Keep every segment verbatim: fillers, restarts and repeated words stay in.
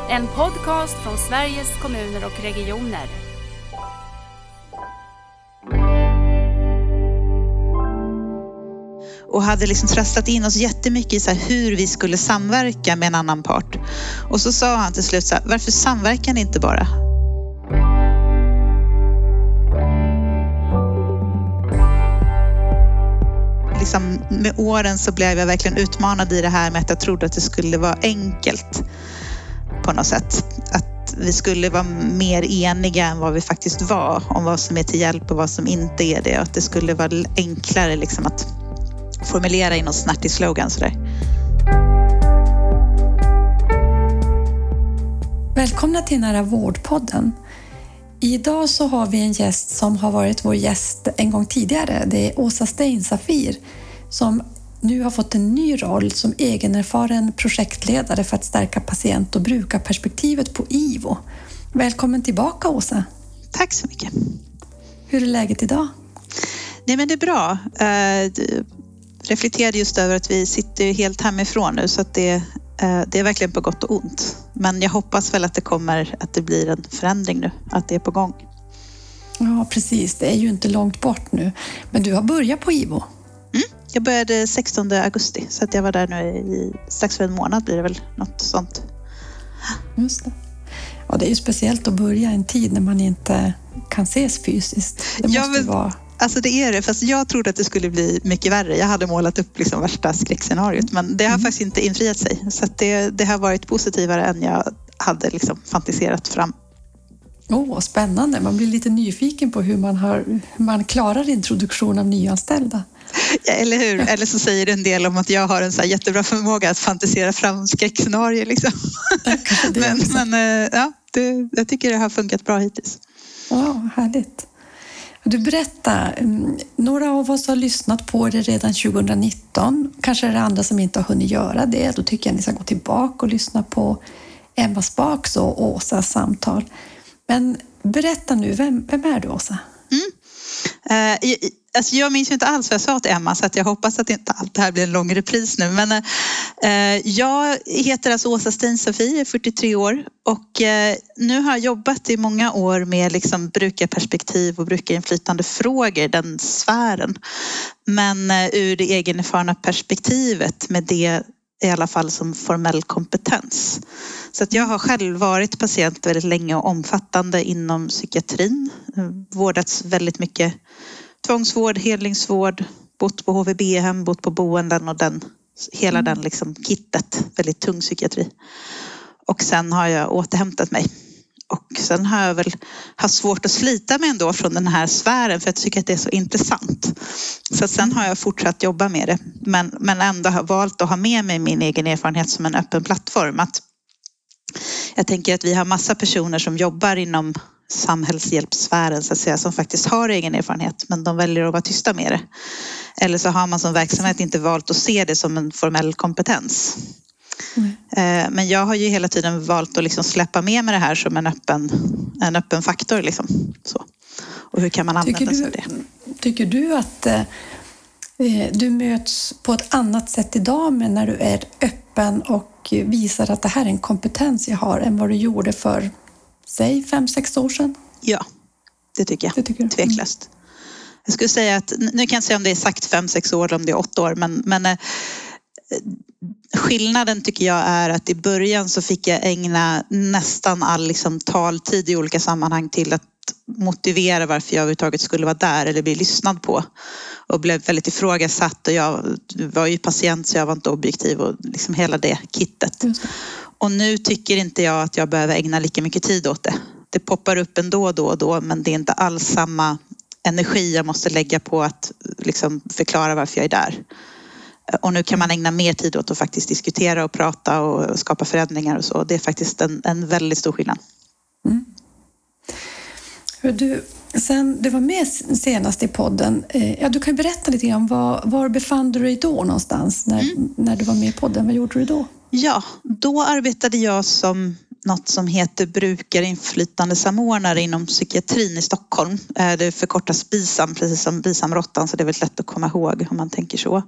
En podcast från Sveriges kommuner och regioner. Och hade liksom trasslat in oss jättemycket i så här hur vi skulle samverka med en annan part. Och så sa han till slut så här, varför samverkar ni inte bara? Liksom, med åren så blev jag verkligen utmanad i det här med att jag trodde att det skulle vara enkelt på något sätt. Att vi skulle vara mer eniga än vad vi faktiskt var om vad som är till hjälp och vad som inte är det. Och att det skulle vara enklare liksom att formulera i någon snärtig slogan sådär. Välkomna till Nära vårdpodden. Idag så har vi en gäst som har varit vår gäst en gång tidigare. Det är Åsa Steinsafir som nu har fått en ny roll som egenerfaren projektledare för att stärka patient- och brukarperspektivet på I V O. Välkommen tillbaka, Åsa. Tack så mycket. Hur är läget idag? Nej, men det är bra. Jag reflekterade just över att vi sitter helt hemifrån nu så att det, det är verkligen på gott och ont. Men jag hoppas väl att det kommer, att det blir en förändring nu, att det är på gång. Ja, precis. Det är ju inte långt bort nu. Men du har börjat på I V O. Mm, jag började sextonde augusti så att jag var där nu i strax för en månad blir det väl något sånt. Just det. Och det är ju speciellt att börja en tid när man inte kan ses fysiskt. Det måste ja, men, vara... Alltså det är det, fast jag trodde att det skulle bli mycket värre. Jag hade målat upp liksom värsta skräckscenariot, men det har mm. faktiskt inte infriat sig. Så att det, det har varit positivare än jag hade liksom fantiserat fram. Åh, oh, spännande. Man blir lite nyfiken på hur man, har, hur man klarar introduktion av nyanställda. Ja, eller hur? Eller så säger det en del om att jag har en så här jättebra förmåga att fantisera fram skräckscenarier. Liksom. men men ja, det, jag tycker det har funkat bra hittills. Ja, oh, härligt. Du berättar, några av oss har lyssnat på det redan tjugonitton. Kanske är det andra som inte har hunnit göra det. Då tycker jag ni ska gå tillbaka och lyssna på Emma Spaks och Åsas samtal. Men berätta nu, vem, vem är du, Åsa? Mm. Uh, jag, alltså jag minns ju inte alls vad jag sa till Emma, så att jag hoppas att inte allt det här blir en lång repris nu. Men uh, jag heter alltså Åsa Steinsafir, är fyrtiotre år och uh, nu har jag jobbat i många år med liksom brukarperspektiv och brukarinflytandefrågor, den sfären. Men uh, ur det egenerfarna perspektivet med det i alla fall som formell kompetens. Så att jag har själv varit patient väldigt länge och omfattande inom psykiatrin. Vårdats väldigt mycket tvångsvård, helningsvård, bott på H V B-hem, bott på boenden och den, hela den liksom kittet, väldigt tung psykiatri. Och sen har jag återhämtat mig. Och sen har jag väl haft svårt att slita mig ändå från den här sfären för jag tycker att det är så intressant. Så sen har jag fortsatt jobba med det. Men, men ändå har valt att ha med mig min egen erfarenhet som en öppen plattform. Att jag tänker att vi har massa personer som jobbar inom samhällshjälpsfären så att säga, som faktiskt har egen erfarenhet men de väljer att vara tysta med det. Eller så har man som verksamhet inte valt att se det som en formell kompetens. Mm. Men jag har ju hela tiden valt att liksom släppa med mig det här som en öppen, en öppen faktor. Liksom. Så. Och hur kan man använda tycker sig du, av det? Tycker du att eh, du möts på ett annat sätt idag men när du är öppen och visar att det här är en kompetens jag har än vad du gjorde för, säg, fem, sex år sedan? Ja, det tycker jag. Det tycker Tveklöst. Mm. Jag skulle säga att, nu kan jag inte säga om det är exakt fem, sex år eller om det är åtta år, men, men eh, skillnaden tycker jag är att i början så fick jag ägna nästan all liksom taltid i olika sammanhang till att motivera varför jag överhuvudtaget skulle vara där eller bli lyssnad på. Och blev väldigt ifrågasatt och jag var ju patient så jag var inte objektiv och liksom hela det kittet. Det. Och nu tycker inte jag att jag behöver ägna lika mycket tid åt det. Det poppar upp ändå då och då men det är inte alls samma energi jag måste lägga på att liksom förklara varför jag är där. Och nu kan man ägna mer tid åt att faktiskt diskutera och prata och skapa förändringar och så. Det är faktiskt en, en väldigt stor skillnad. Mm. Du, sen du var med senast i podden, ja, du kan ju berätta lite grann, var, var befann du dig då någonstans när, mm. när du var med i podden? Vad gjorde du då? Ja, då arbetade jag som något som heter brukarinflytandesamordnare inom psykiatrin i Stockholm. Det förkortas BISAM, precis som BISAM-råttan, så det är väldigt lätt att komma ihåg om man tänker så.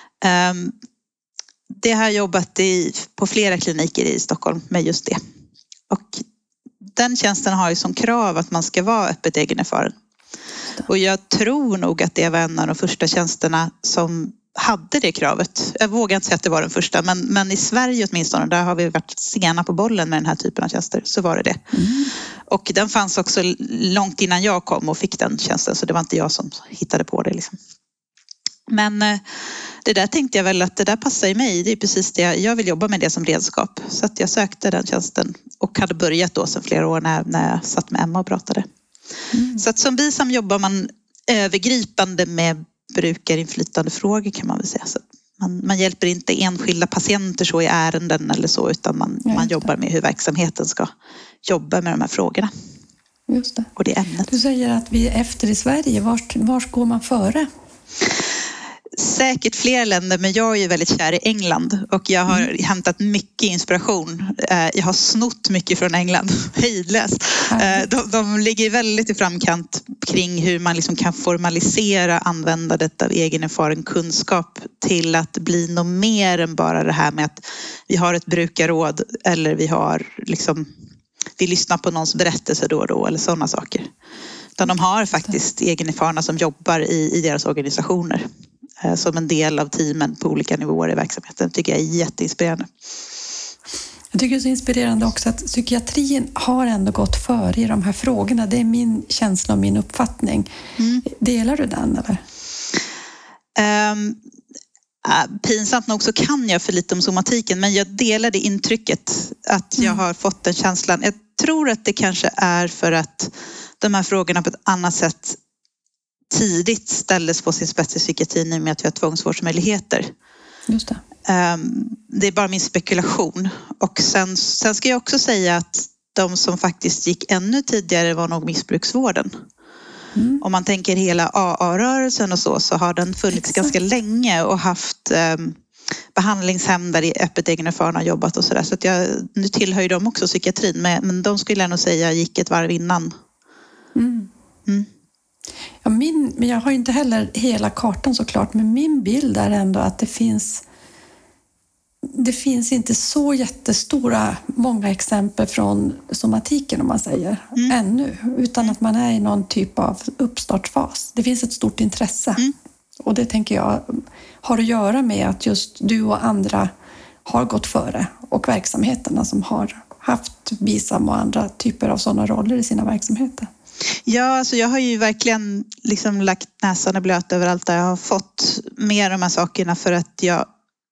Det har jag jobbat i, på flera kliniker i Stockholm med just det. Och den tjänsten har ju som krav att man ska vara öppet egenerfaren. Och jag tror nog att det var en av de första tjänsterna som hade det kravet. Jag vågar inte säga att det var den första, men, men i Sverige åtminstone, där har vi varit sena på bollen med den här typen av tjänster, så var det det. Mm. Och den fanns också långt innan jag kom och fick den tjänsten, så det var inte jag som hittade på det liksom. Men det där tänkte jag väl att det där passar i mig. Det är precis det. Jag vill jobba med det som redskap. Så att jag sökte den tjänsten och hade börjat då sedan flera år när, när jag satt med Emma och pratade. Mm. Så att som BISAM jobbar man övergripande med brukarinflytandefrågor kan man väl säga. Så man, man hjälper inte enskilda patienter så i ärenden eller så, utan man, man jobbar med hur verksamheten ska jobba med de här frågorna. Just det. Och det ämnet. Du säger att vi är efter i Sverige. Var, var går man före? Säkert fler länder, men jag är ju väldigt kär i England och jag har mm. hämtat mycket inspiration. Jag har snott mycket från England, hejdlöst. Mm. De, de ligger väldigt i framkant kring hur man liksom kan formalisera användandet av egenerfaren kunskap till att bli något mer än bara det här med att vi har ett brukarråd eller vi har liksom, vi lyssnar på någons berättelse då och då eller sådana saker. Utan de har faktiskt egenerfarna som jobbar i, i deras organisationer som en del av teamen på olika nivåer i verksamheten. Tycker jag är jätteinspirerande. Jag tycker det är så inspirerande också att psykiatrin har ändå gått före i de här frågorna. Det är min känsla och min uppfattning. Mm. Delar du den eller? Um, äh, pinsamt nog så kan jag för lite om somatiken, men jag delar det intrycket att jag mm. har fått den känslan. Jag tror att det kanske är för att de här frågorna på ett annat sätt tidigt ställdes på sin spets i psykiatrin i och med att vi har tvångsvårdsmöjligheter. Just det. Det är bara min spekulation. Och sen, sen ska jag också säga att de som faktiskt gick ännu tidigare var nog missbruksvården. Mm. Om man tänker hela A A-rörelsen och så, så har den funnits Exakt. ganska länge och haft um, behandlingshem där i öppet egenerfarna jobbat och sådär. Så att jag, nu tillhör ju de också psykiatrin, men, men de skulle jag nog säga gick ett varv innan. Mm. Mm. Ja, min, men jag har ju inte heller hela kartan såklart, men min bild är ändå att det finns det finns inte så jättestora många exempel från somatiken om man säger mm. ännu, utan att man är i någon typ av uppstartfas. Det finns ett stort intresse mm. och det tänker jag har att göra med att just du och andra har gått före och verksamheterna som har haft BISAM och andra typer av sådana roller i sina verksamheter. Ja, alltså jag har ju verkligen liksom lagt näsan i blöt överallt där jag har fått med de här sakerna för att jag,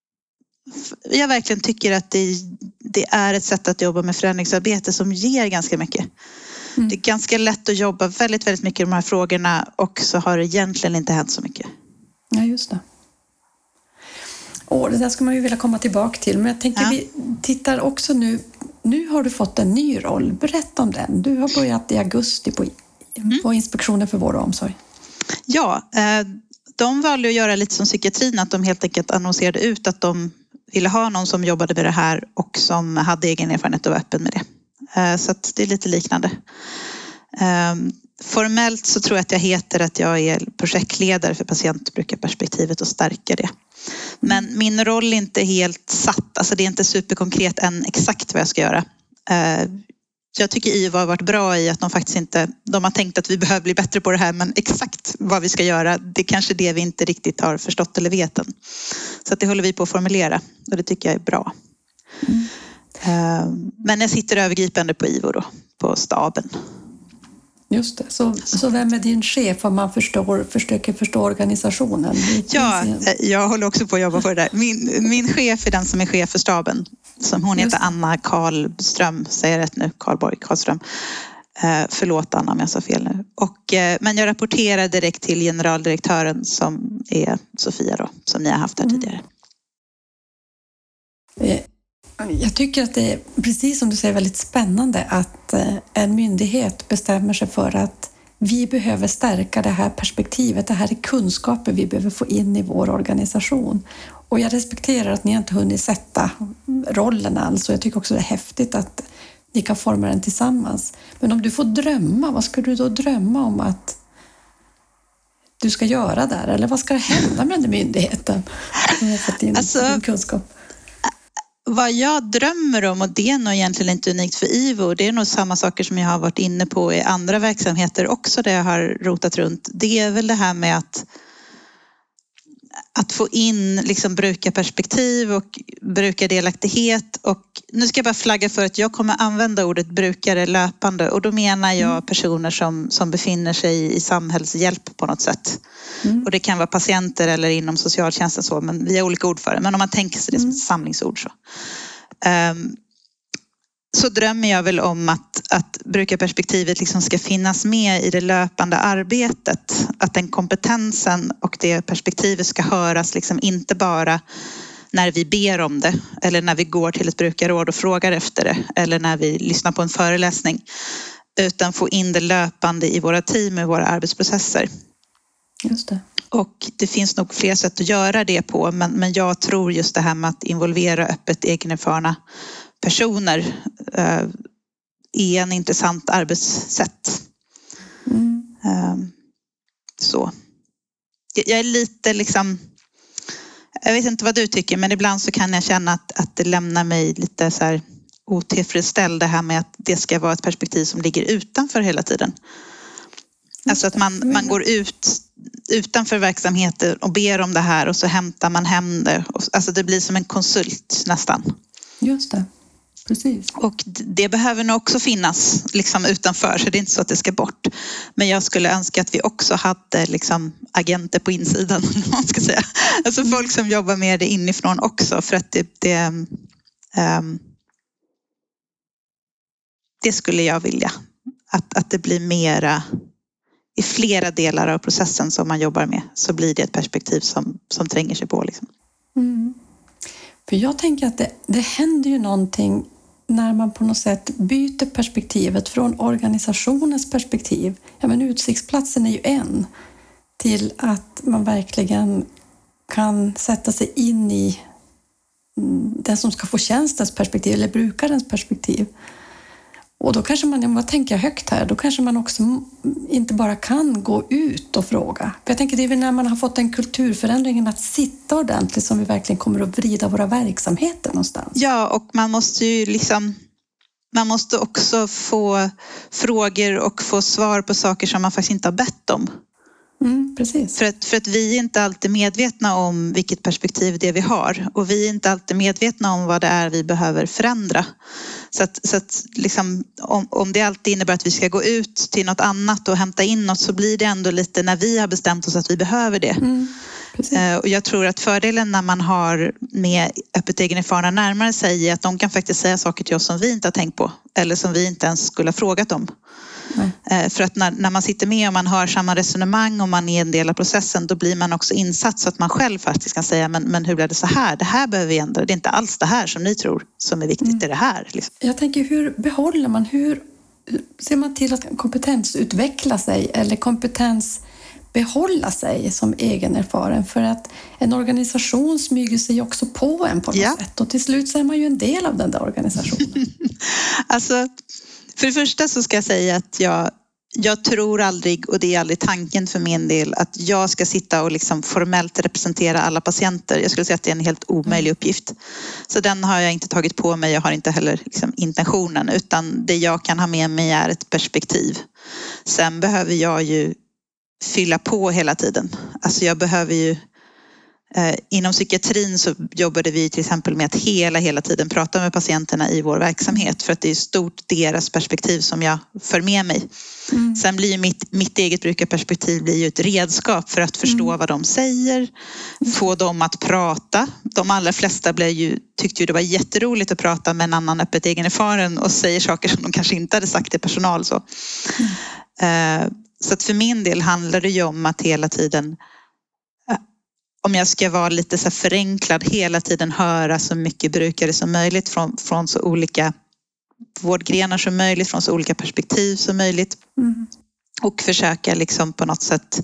jag verkligen tycker att det, det är ett sätt att jobba med förändringsarbete som ger ganska mycket. Mm. Det är ganska lätt att jobba väldigt, väldigt mycket med de här frågorna och så har det egentligen inte hänt så mycket. Ja, just det. Och det där ska man ju vilja komma tillbaka till, men jag tänker ja. vi tittar också nu. Nu har du fått en ny roll. Berätta om den. Du har börjat i augusti på, mm. på Inspektionen för vård och omsorg. Ja, de valde att göra lite som psykiatrin. Att de helt enkelt annonserade ut att de ville ha någon som jobbade med det här och som hade egen erfarenhet och var öppen med det. Så att det är lite liknande. Formellt så tror jag att jag heter att jag är projektledare för patientbrukarperspektivet och stärka det. Men min roll är inte helt satt. Alltså det är inte superkonkret än exakt vad jag ska göra. Jag tycker I V A har varit bra i att de faktiskt inte... De har tänkt att vi behöver bli bättre på det här, men exakt vad vi ska göra, det är kanske det vi inte riktigt har förstått eller vet än. Så att det håller vi på att formulera och det tycker jag är bra. Mm. Men jag sitter övergripande på I V O då, på staben. Just det. Så, så vem är din chef om man förstår, försöker förstå organisationen? Ja, jag håller också på att jobba på det där. Min, min chef är den som är chef för staben. Som hon heter Anna Karlström, säger rätt nu, Karlborg Karlström. Eh, förlåt Anna om jag sa fel nu. Och, eh, men jag rapporterar direkt till generaldirektören som är Sofia då, som ni har haft här mm. tidigare. Eh. Jag tycker att det är, precis som du säger, väldigt spännande att en myndighet bestämmer sig för att vi behöver stärka det här perspektivet. Det här är kunskaper vi behöver få in i vår organisation. Och jag respekterar att ni inte hunnit sätta rollen alls. Och jag tycker också det är häftigt att ni kan forma den tillsammans. Men om du får drömma, vad ska du då drömma om att du ska göra där? Eller vad ska hända med den myndigheten? Som har fått in alltså... din kunskap. Vad jag drömmer om, och det är nog egentligen inte unikt för IVO, det är nog samma saker som jag har varit inne på i andra verksamheter också där jag har rotat runt. Det är väl det här med att att få in liksom brukarperspektiv och brukardelaktighet. Och nu ska jag bara flagga för att jag kommer använda ordet brukare löpande, och då menar jag personer som, som befinner sig i samhällshjälp på något sätt. Mm. Och det kan vara patienter eller inom socialtjänsten så, men vi har olika ord för det. Men om man tänker sig det som ett samlingsord så. Um, så drömmer jag väl om att, att brukarperspektivet liksom ska finnas med i det löpande arbetet. Att den kompetensen och det perspektivet ska höras liksom inte bara när vi ber om det eller när vi går till ett brukarråd och frågar efter det eller när vi lyssnar på en föreläsning, utan få in det löpande i våra team och våra arbetsprocesser. Just det. Och det finns nog fler sätt att göra det på, men, men jag tror just det här med att involvera öppet egenerfarna personer eh, är en intressant arbetssätt. Mm. Eh, så. Jag är lite liksom, jag vet inte vad du tycker, men ibland så kan jag känna att, att det lämnar mig lite så här otillfredsställd, det här med att det ska vara ett perspektiv som ligger utanför hela tiden. Alltså att man, man går ut utanför verksamheten och ber om det här och så hämtar man hem det. Alltså det blir som en konsult nästan. Just det, precis. Och det behöver nog också finnas liksom utanför, så det är inte så att det ska bort. Men jag skulle önska att vi också hade liksom agenter på insidan, man ska säga. Alltså folk som jobbar med det inifrån också, för att det, det, um, det skulle jag vilja. Att, att det blir mera i flera delar av processen som man jobbar med, så blir det ett perspektiv som, som tränger sig på. Liksom. Mm. För jag tänker att det, det händer ju någonting när man på något sätt byter perspektivet från organisationens perspektiv. Ja, men utsiktsplatsen är ju en, till att man verkligen kan sätta sig in i den som ska få tjänstens perspektiv eller brukarens perspektiv. Och då kanske man, om man tänker högt här, då kanske man också inte bara kan gå ut och fråga. För jag tänker det är väl när man har fått en kulturförändring att sitta ordentligt som vi verkligen kommer att vrida våra verksamheter någonstans. Ja, och man måste ju liksom, man måste också få frågor och få svar på saker som man faktiskt inte har bett om. Mm, precis. För att, för att vi är inte alltid medvetna om vilket perspektiv det är vi har. Och vi är inte alltid medvetna om vad det är vi behöver förändra. Så att, så att liksom, om, om det alltid innebär att vi ska gå ut till något annat och hämta in något, så blir det ändå lite när vi har bestämt oss att vi behöver det. Mm, eh, och jag tror att fördelen när man har med öppet egenerfarna närmare sig är att de kan faktiskt säga saker till oss som vi inte har tänkt på. Eller som vi inte ens skulle ha frågat om. Mm. För att när, när man sitter med och man hör samma resonemang och man är en del av processen, då blir man också insatt så att man själv faktiskt kan säga men, men hur blev det så här? Det här behöver vi ändra. Det är inte alls det här som ni tror som är viktigt, mm. det är det här. Liksom. Jag tänker, hur behåller man, hur ser man till att kompetens utveckla sig eller kompetens behålla sig som egenerfaren? För att en organisation smyger sig också på en på något ja. sätt och till slut så är man ju en del av den där organisationen. Alltså, för det första så ska jag säga att jag, jag tror aldrig, och det är aldrig tanken för min del, att jag ska sitta och liksom formellt representera alla patienter. Jag skulle säga att det är en helt omöjlig uppgift. Så den har jag inte tagit på mig, jag har inte heller liksom intentionen, utan det jag kan ha med mig är ett perspektiv. Sen behöver jag ju fylla på hela tiden. Alltså jag behöver ju Eh, inom psykiatrin så jobbade vi till exempel med att hela, hela tiden prata med patienterna i vår verksamhet, för att det är stort deras perspektiv som jag för med mig. Mm. Sen blir ju mitt, mitt eget brukarperspektiv blir ju ett redskap för att förstå mm. vad de säger, få dem att prata. De allra flesta blev ju, tyckte ju det var jätteroligt att prata med en annan öppet egenerfaren och säger saker som de kanske inte hade sagt till personal. Så, mm. eh, så att för min del handlar det ju om att hela tiden, om jag ska vara lite så förenklad, hela tiden höra så mycket brukare som möjligt från, från så olika vårdgrenar som möjligt, från så olika perspektiv som möjligt. Mm. Och försöka liksom på något sätt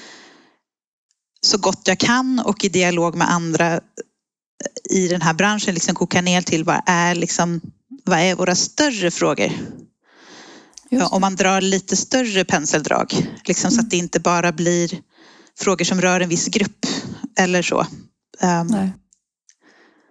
så gott jag kan och i dialog med andra i den här branschen liksom koka ner till vad är, liksom, vad är våra större frågor. Ja, om man drar lite större penseldrag, liksom, mm. så att det inte bara blir frågor som rör en viss grupp eller så. Um, Nej.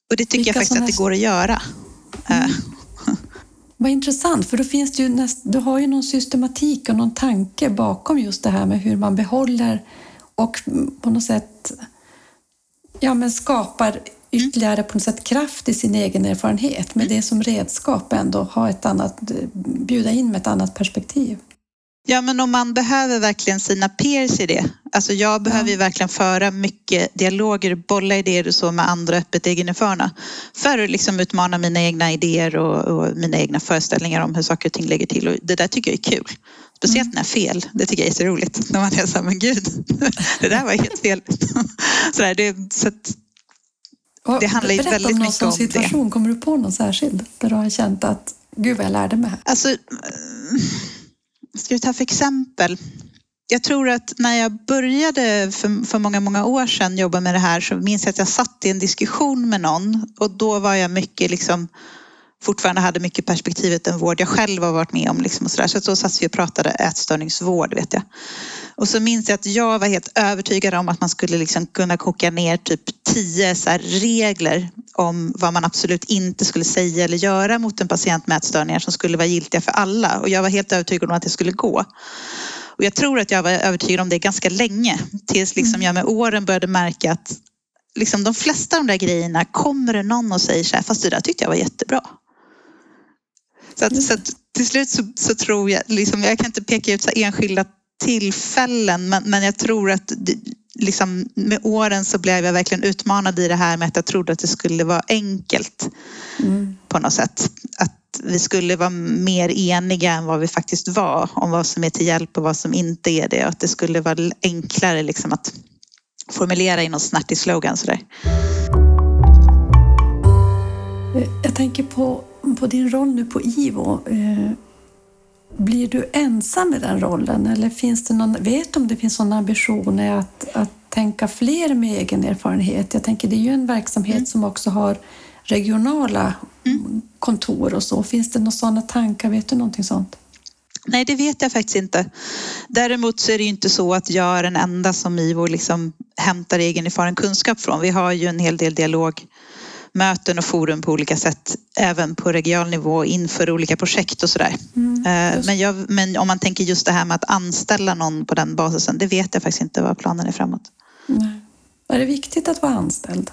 Och det tycker Vilka jag faktiskt att det går att göra. Mm. Vad intressant, för då finns det ju näst, du har ju någon systematik och någon tanke bakom just det här med hur man behåller och på något sätt ja, men skapar ytterligare på något sätt kraft i sin egen erfarenhet med det som redskap ändå ha ett annat, bjuda in med ett annat perspektiv. Ja, men om man behöver verkligen sina peers i det. Alltså jag behöver ju Ja. verkligen föra mycket dialoger, bolla idéer och så med andra öppet egenerfarna. För att liksom utmana mina egna idéer och, och mina egna föreställningar om hur saker och ting lägger till. Och det där tycker jag är kul. Speciellt mm. när jag är fel. Det tycker jag är så roligt. När man är så här, men gud, det där var helt fel. så där, det, så att, det handlar ju väldigt mycket om det. Berätta om någon situation. Kommer du på någon särskild där du har känt att gud vad jag lärde mig här? Alltså... Ska vi ta för exempel? Jag tror att när jag började för, för många, många år sedan jobba med det här så minns jag att jag satt i en diskussion med någon och då var jag mycket liksom fortfarande hade mycket perspektivet än vård jag själv har varit med om liksom och så där. Så då satt vi och pratade ätstörningsvård, vet jag. Och så minns jag att jag var helt övertygad om att man skulle liksom kunna koka ner typ tio så här regler om vad man absolut inte skulle säga eller göra mot en patient med ätstörningar som skulle vara giltiga för alla. Och jag var helt övertygad om att det skulle gå. Och jag tror att jag var övertygad om det ganska länge. Tills liksom jag med åren började märka att liksom de flesta av de där grejerna kommer det någon och säger så här, fast det där tyckte jag var jättebra. Så, att, så att till slut så, så tror jag, liksom, jag kan inte peka ut så enskilda tillfällen, men, men jag tror att liksom, med åren så blev jag verkligen utmanad i det här med att jag trodde att det skulle vara enkelt mm. på något sätt. Att vi skulle vara mer eniga än vad vi faktiskt var om vad som är till hjälp och vad som inte är det. Och att det skulle vara enklare liksom, att formulera i någon snärtig slogan sådär. Jag tänker på, på din roll nu på I V O. Eh, blir du ensam i den rollen? Eller finns det någon, vet du om det finns någon ambition att, att tänka fler med egen erfarenhet? Jag tänker det är ju en verksamhet mm. som också har regionala mm. kontor och så. Finns det några sådana tankar? Vet du någonting sånt? Nej, det vet jag faktiskt inte. Däremot så är det ju inte så att jag är den enda som I V O liksom hämtar egen erfaren kunskap från. Vi har ju en hel del dialogmöten och forum på olika sätt, även på regional nivå inför olika projekt och sådär. Mm, men, jag, men om man tänker just det här med att anställa någon på den basisen, det vet jag faktiskt inte vad planen är framåt. Nej. Är det viktigt att vara anställd?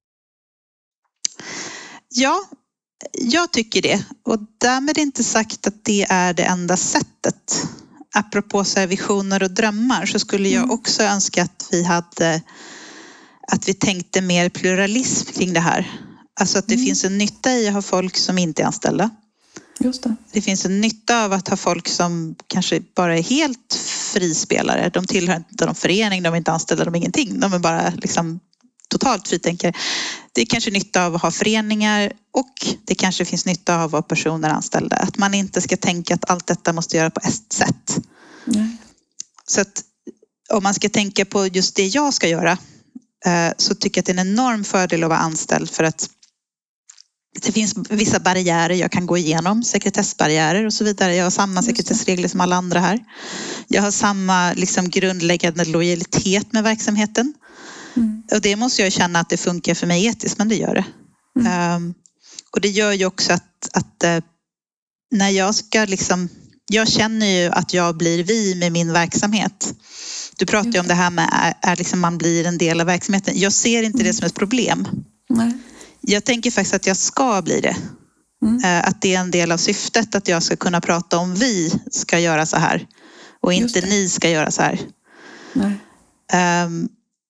Ja, jag tycker det. Och därmed inte sagt att det är det enda sättet. Apropå så här visioner och drömmar så skulle jag mm. också önska att vi hade att vi tänkte mer pluralism kring det här. Alltså att det mm. finns en nytta i att ha folk som inte är anställda. Just det. Det finns en nytta av att ha folk som kanske bara är helt frispelare. De tillhör inte någon förening, de är inte anställda, de är ingenting. De är bara liksom totalt fritänkare. Det är kanske nytta av att ha föreningar och det kanske finns nytta av att vara personer anställda. Att man inte ska tänka att allt detta måste göra på ett sätt. Mm. Så att om man ska tänka på just det jag ska göra så tycker jag att det är en enorm fördel att vara anställd för att det finns vissa barriärer jag kan gå igenom, sekretessbarriärer och så vidare. Jag har samma sekretessregler som alla andra här. Jag har samma liksom, grundläggande lojalitet med verksamheten. Mm. Och det måste jag känna att det funkar för mig etiskt, men det gör det. Mm. Um, och det gör ju också att, att uh, när jag ska liksom, jag känner ju att jag blir vi med min verksamhet. Du pratar ju om det här med är, är liksom man blir en del av verksamheten. Jag ser inte mm. det som ett problem. Nej. Jag tänker faktiskt att jag ska bli det. Mm. Uh, att det är en del av syftet att jag ska kunna prata om vi ska göra så här. Och inte ni ska göra så här. Nej. Um,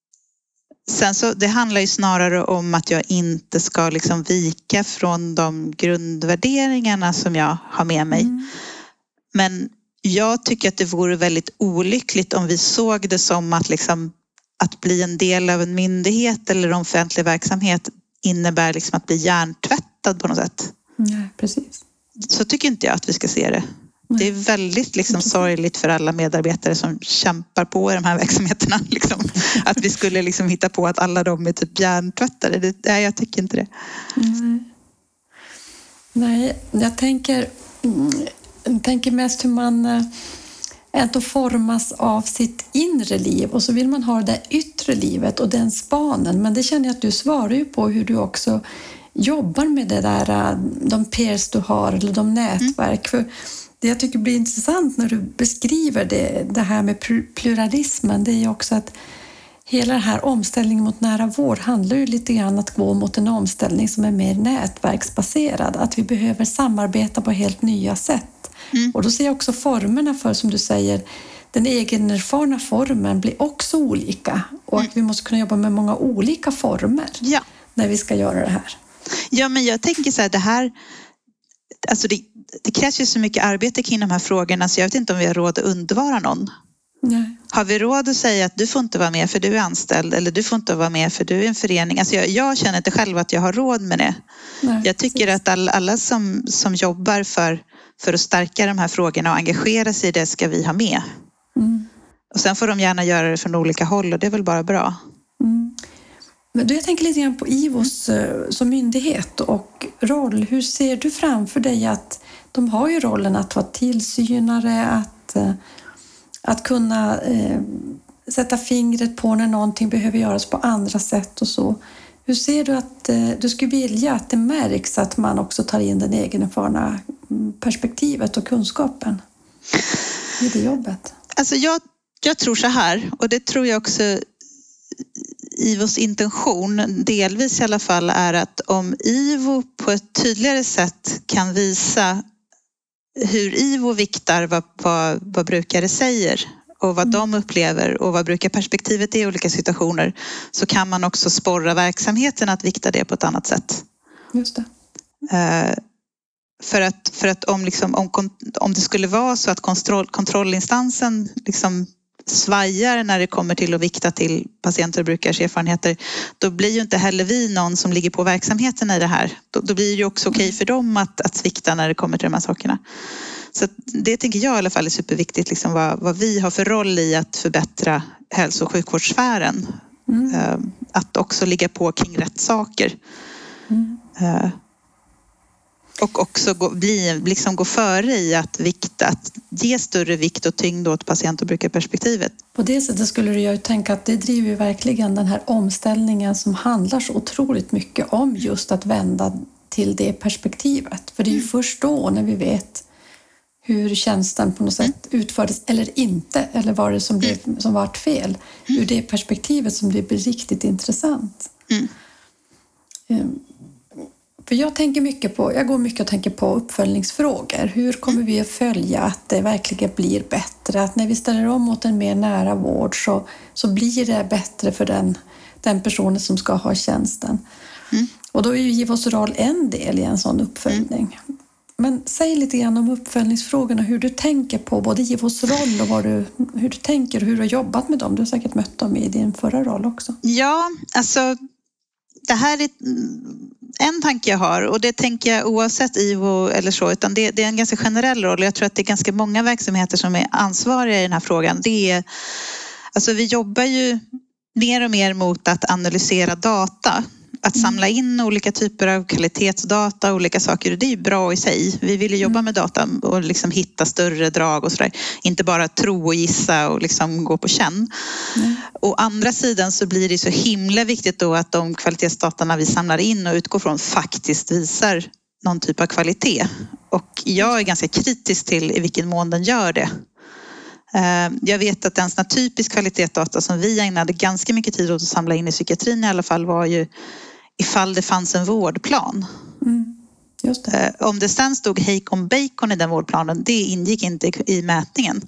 Sen så, det handlar ju snarare om att jag inte ska liksom vika från de grundvärderingarna som jag har med mig. Mm. Men jag tycker att det vore väldigt olyckligt om vi såg det som att, liksom, att bli en del av en myndighet eller offentlig verksamhet innebär liksom att bli hjärntvättad på något sätt. Nej, precis. Så tycker inte jag att vi ska se det. Det är väldigt liksom sorgligt för alla medarbetare som kämpar på i de här verksamheterna. Liksom. Att vi skulle liksom hitta på att alla de är typ hjärntvättade. Det, nej, jag tycker inte det. Nej, nej jag tänker, jag tänker mest hur man ändå formas av sitt inre liv. Och så vill man ha det yttre för livet och den spanen. Men det känner jag att du svarar ju på hur du också jobbar med det där, de peers du har eller de nätverk. Mm. För det jag tycker blir intressant när du beskriver det, det här med pluralismen, det är ju också att hela den här omställningen mot nära vård handlar ju lite grann att gå mot en omställning som är mer nätverksbaserad. Att vi behöver samarbeta på helt nya sätt. Mm. Och då ser jag också formerna för, som du säger, den egenerfarna formen blir också olika. Och mm. att vi måste kunna jobba med många olika former ja. när vi ska göra det här. Ja, men jag tänker så här, det här... Alltså det, det krävs ju så mycket arbete kring de här frågorna så jag vet inte om vi har råd att undvara någon. Nej. Har vi råd att säga att du får inte vara med för du är anställd eller du får inte vara med för du är en förening? Alltså jag, jag känner inte själv att jag har råd med det. Nej, jag tycker precis. att all, alla som, som jobbar för, för att stärka de här frågorna och engagera sig i det ska vi ha med. Mm. Och sen får de gärna göra det från olika håll och det är väl bara bra. Mm. Men du, jag tänker lite grann på I V O:s mm. som myndighet och roll. Hur ser du framför dig att de har ju rollen att vara tillsynare, att... Att kunna eh, sätta fingret på när någonting behöver göras på andra sätt och så. Hur ser du att eh, du skulle vilja att det märks att man också tar in den egenerfarna perspektivet och kunskapen i det jobbet? Alltså jag, jag tror så här, och det tror jag också I V O:s intention, delvis i alla fall, är att om I V O på ett tydligare sätt kan visa hur I V O viktar vad, vad, vad brukare säger och vad de upplever och vad brukarperspektivet är i olika situationer, så kan man också sporra verksamheten att vikta det på ett annat sätt. Just det. Uh, för att, för att om, liksom, om, om det skulle vara så att kontroll, kontrollinstansen liksom svajar när det kommer till att vikta till patienter och brukares erfarenheter, då blir ju inte heller vi någon som ligger på verksamheten i det här. Då, då blir det ju också okej okay för dem att, att svikta när det kommer till de här sakerna. Så det tänker jag i alla fall är superviktigt, liksom vad, vad vi har för roll i att förbättra hälso- och sjukvårdssfären. Mm. Att också ligga på kring rätt saker. Mm. Och också gå, bli, liksom gå före i att, vikta, att ge större vikt och tyngd åt patient- och brukarperspektivet. På det sättet skulle du ju tänka att det driver ju verkligen den här omställningen som handlar så otroligt mycket om just att vända till det perspektivet. För det är ju mm. först då när vi vet hur tjänsten på något sätt mm. utfördes eller inte, eller vad det som, blev, som vart fel. Mm. Ur det perspektivet som det blir riktigt intressant. Mm. Um, För jag tänker mycket på, jag går mycket och tänker på uppföljningsfrågor. Hur kommer vi att följa att det verkligen blir bättre? Att när vi ställer om mot en mer nära vård så, så blir det bättre för den, den personen som ska ha tjänsten. Mm. Och då är ju I V O:s roll en del i en sån uppföljning. Mm. Men säg lite grann om uppföljningsfrågorna, hur du tänker på både I V O:s roll och vad du, hur du tänker och hur du har jobbat med dem. Du har säkert mött dem i din förra roll också. Ja, alltså det här är en tanke jag har, och det tänker jag oavsett I V O eller så, utan det, det är en ganska generell roll. Jag tror att det är ganska många verksamheter som är ansvariga i den här frågan. Det är, alltså vi jobbar ju mer och mer mot att analysera data. Att samla in olika typer av kvalitetsdata, olika saker, det är ju bra i sig. Vi vill ju jobba med data och liksom hitta större drag och sådär. Inte bara tro och gissa och liksom gå på känn. Mm. Å andra sidan så blir det så himla viktigt då att de kvalitetsdatarna vi samlar in och utgår från faktiskt visar någon typ av kvalitet. Och jag är ganska kritisk till i vilken mån den gör det. Jag vet att en sån här typisk kvalitetsdata som vi ägnade ganska mycket tid åt att samla in i psykiatrin i alla fall var ju ifall det fanns en vårdplan. Mm, just det. Om det sen stod hejkon bacon i den vårdplanen, det ingick inte i mätningen.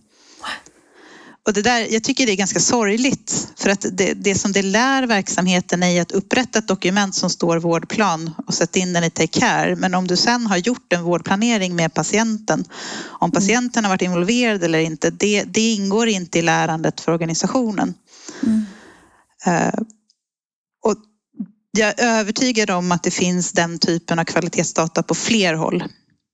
Och det där, jag tycker det är ganska sorgligt, för att det, det som det lär verksamheten är att upprätta ett dokument som står vårdplan och sätta in den i Take Care. Men om du sen har gjort en vårdplanering med patienten, om patienten har varit involverad eller inte, det, det ingår inte i lärandet för organisationen. Mm. Uh, och jag är övertygad om att det finns den typen av kvalitetsdata på fler håll.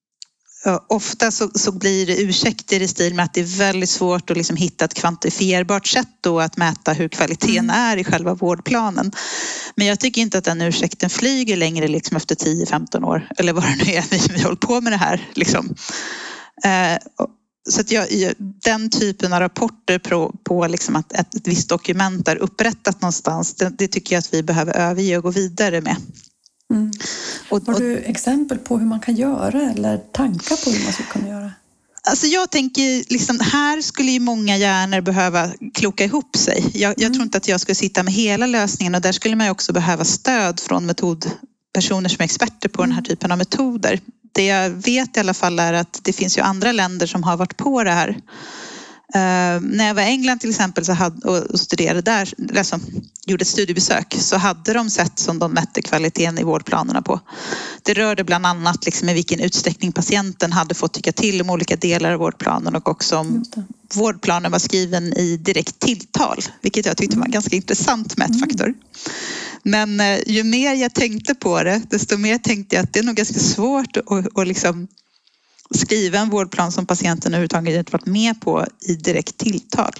Ofta så, så blir det ursäkter i stil med att det är väldigt svårt att liksom hitta ett kvantifierbart sätt då att mäta hur kvaliteten är i själva vårdplanen. Men jag tycker inte att den ursäkten flyger längre liksom efter tio femton år. Eller vad det nu är vi, vi håller på med det här. Liksom. Eh, så att jag, den typen av rapporter på, på liksom att ett, ett visst dokument är upprättat någonstans, det, det tycker jag att vi behöver överge och gå vidare med. Mm. Och, Har du exempel på hur man kan göra eller tankar på hur man ska kunna göra? Alltså jag tänker, liksom, här skulle ju många hjärnor behöva kloka ihop sig. Jag, jag mm. tror inte att jag skulle sitta med hela lösningen, och där skulle man ju också behöva stöd från metodpersoner som är experter på mm. den här typen av metoder. Det jag vet i alla fall är att det finns ju andra länder som har varit på det här. Uh, när jag var i England till exempel så hade, och studerade där, alltså, gjorde ett studiebesök, så hade de sett som de mätte kvaliteten i vårdplanerna på. Det rörde bland annat liksom i vilken utsträckning patienten hade fått tycka till om olika delar av vårdplanen, och också om vårdplanen var skriven i direkt tilltal, vilket jag tyckte var en ganska intressant mätfaktor. Mm. Men uh, ju mer jag tänkte på det, desto mer tänkte jag att det är nog ganska svårt att, att liksom skriva en vårdplan som patienten överhuvudtaget inte varit med på i direkt tilltal.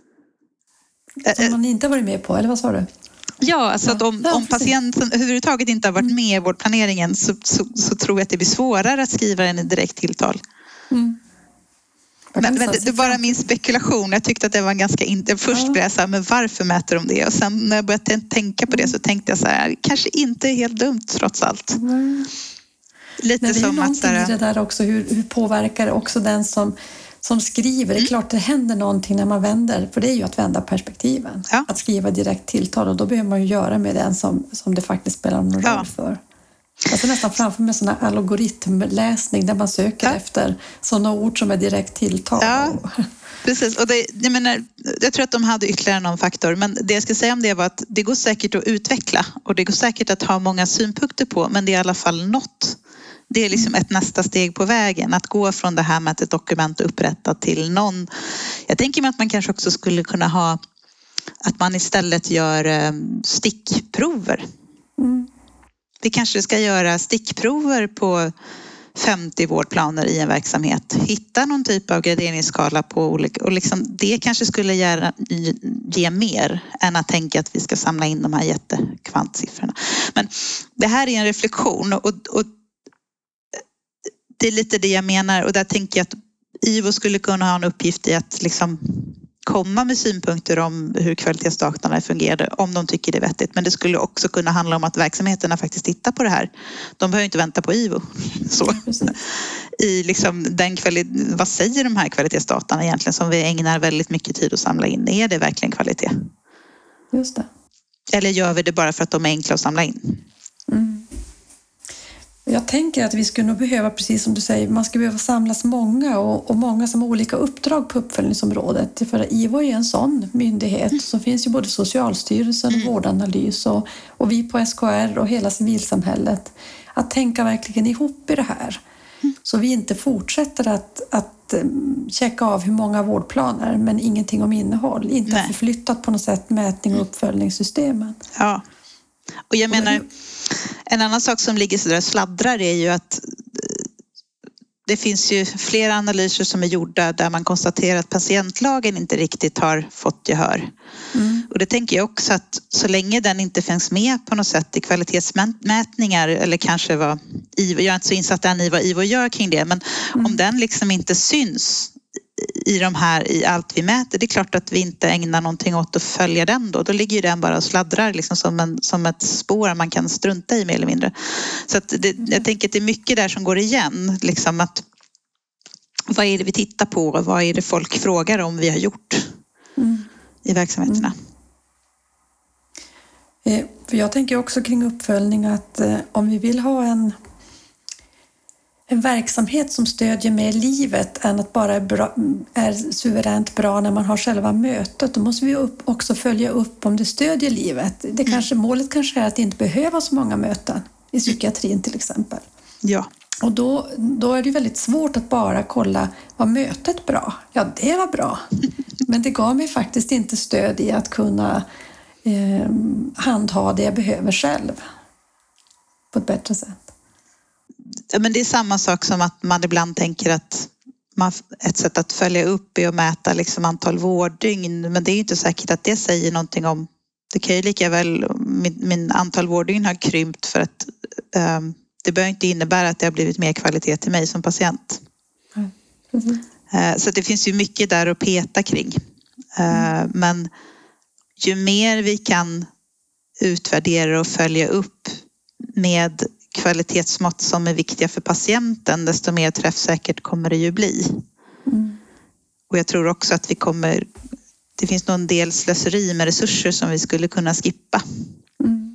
Som man inte varit med på, eller vad sa du? Ja, alltså ja. att om, ja, om patienten överhuvudtaget inte har varit med i vårdplaneringen så, så, så tror jag att det blir svårare att skriva den i direkt tilltal. Mm. Men, men det, det är bara min spekulation. Jag tyckte att det var ganska inte. Först blev jag så här, men varför mäter de det? Och sen när jag började tänka på det så tänkte jag så här, kanske inte helt dumt trots allt. Mm. Lite Men det är som någonting att, i det där också, hur, hur påverkar det också den som, som skriver? Det är klart det händer någonting när man vänder, för det är ju att vända perspektiven. Ja. Att skriva direkt tilltal, och då behöver man ju göra med den som, som det faktiskt spelar någon roll ja. för. Jag ser nästan framför mig sån här algoritmläsning där man söker ja. efter sådana ord som är direkt tilltal. Ja. Precis, och det, jag, menar, jag tror att de hade ytterligare någon faktor, men det jag ska säga om det var att det går säkert att utveckla, och det går säkert att ha många synpunkter på, men det är i alla fall något. Det är liksom ett nästa steg på vägen, att gå från det här med att ett dokument är upprättat till någon. Jag tänker mig att man kanske också skulle kunna ha, att man istället gör stickprover. Mm. Vi kanske ska göra stickprover på femtio vårdplaner i en verksamhet. Hitta någon typ av graderingsskala på olika, och liksom det kanske skulle ge, ge mer än att tänka att vi ska samla in de här jättekvantsiffrorna. Men det här är en reflektion, och, och det är lite det jag menar, och där tänker jag att I V O skulle kunna ha en uppgift i att liksom komma med synpunkter om hur kvalitetsdataerna fungerade, om de tycker det är vettigt. Men det skulle också kunna handla om att verksamheterna faktiskt tittar på det här. De behöver inte vänta på I V O. Så. I liksom den kvali- vad säger de här kvalitetsdataerna egentligen som vi ägnar väldigt mycket tid att samla in? Är det verkligen kvalitet? Just det. Eller gör vi det bara för att de är enkla att samla in? Mm. Jag tänker att vi skulle nog behöva, precis som du säger, man ska behöva samlas många och, och många som har olika uppdrag på uppföljningsområdet. För I V O är en sån myndighet. Mm. Så finns ju både Socialstyrelsen och mm. vårdanalys och, och vi på S K R och hela civilsamhället. Att tänka verkligen ihop i det här. Mm. Så vi inte fortsätter att, att um, checka av hur många vårdplaner men ingenting om innehåll. Inte Nej. förflyttat på något sätt mätning och uppföljningssystemen. Ja, och jag menar... En annan sak som ligger så där och sladdrar är ju att det finns ju flera analyser som är gjorda där man konstaterar att patientlagen inte riktigt har fått gehör. Mm. Och det tänker jag också att så länge den inte finns med på något sätt i kvalitetsmätningar, eller kanske vad I V O, jag är inte så insatt än i vad I V O gör kring det, men mm. om den liksom inte syns i de här, i allt vi mäter, det är klart att vi inte ägnar någonting åt att följa den då. Då ligger ju den bara och sladdrar liksom som, en, som ett spår man kan strunta i mer eller mindre. Så att det, jag tänker att det är mycket där som går igen. Liksom att, vad är det vi tittar på och vad är det folk frågar om vi har gjort mm. i verksamheterna? Mm. För jag tänker också kring uppföljning att eh, om vi vill ha en En verksamhet som stödjer mer livet än att bara är, bra, är suveränt bra när man har själva mötet. Då måste vi upp, också följa upp om det stödjer livet. Det kanske, mm. Målet kanske är att inte behöva så många möten i psykiatrin till exempel. Ja. Och då, då är det väldigt svårt att bara kolla, var mötet bra? Ja, det var bra. Men det gav mig faktiskt inte stöd i att kunna eh, handha det jag behöver själv på ett bättre sätt. Men det är samma sak som att man ibland tänker att man, ett sätt att följa upp är att mäta liksom antal vårddygn, men det är ju inte säkert att det säger någonting om, det kan ju lika väl, min, min antal vårddygn har krympt för att um, det behöver inte innebära att det har blivit mer kvalitet till mig som patient. Mm. Så det finns ju mycket där att peta kring. Mm. Men ju mer vi kan utvärdera och följa upp med kvalitetsmått som är viktiga för patienten, desto mer träffsäkert kommer det ju bli. Mm. Och jag tror också att vi kommer, det finns någon del slöseri med resurser som vi skulle kunna skippa. Mm.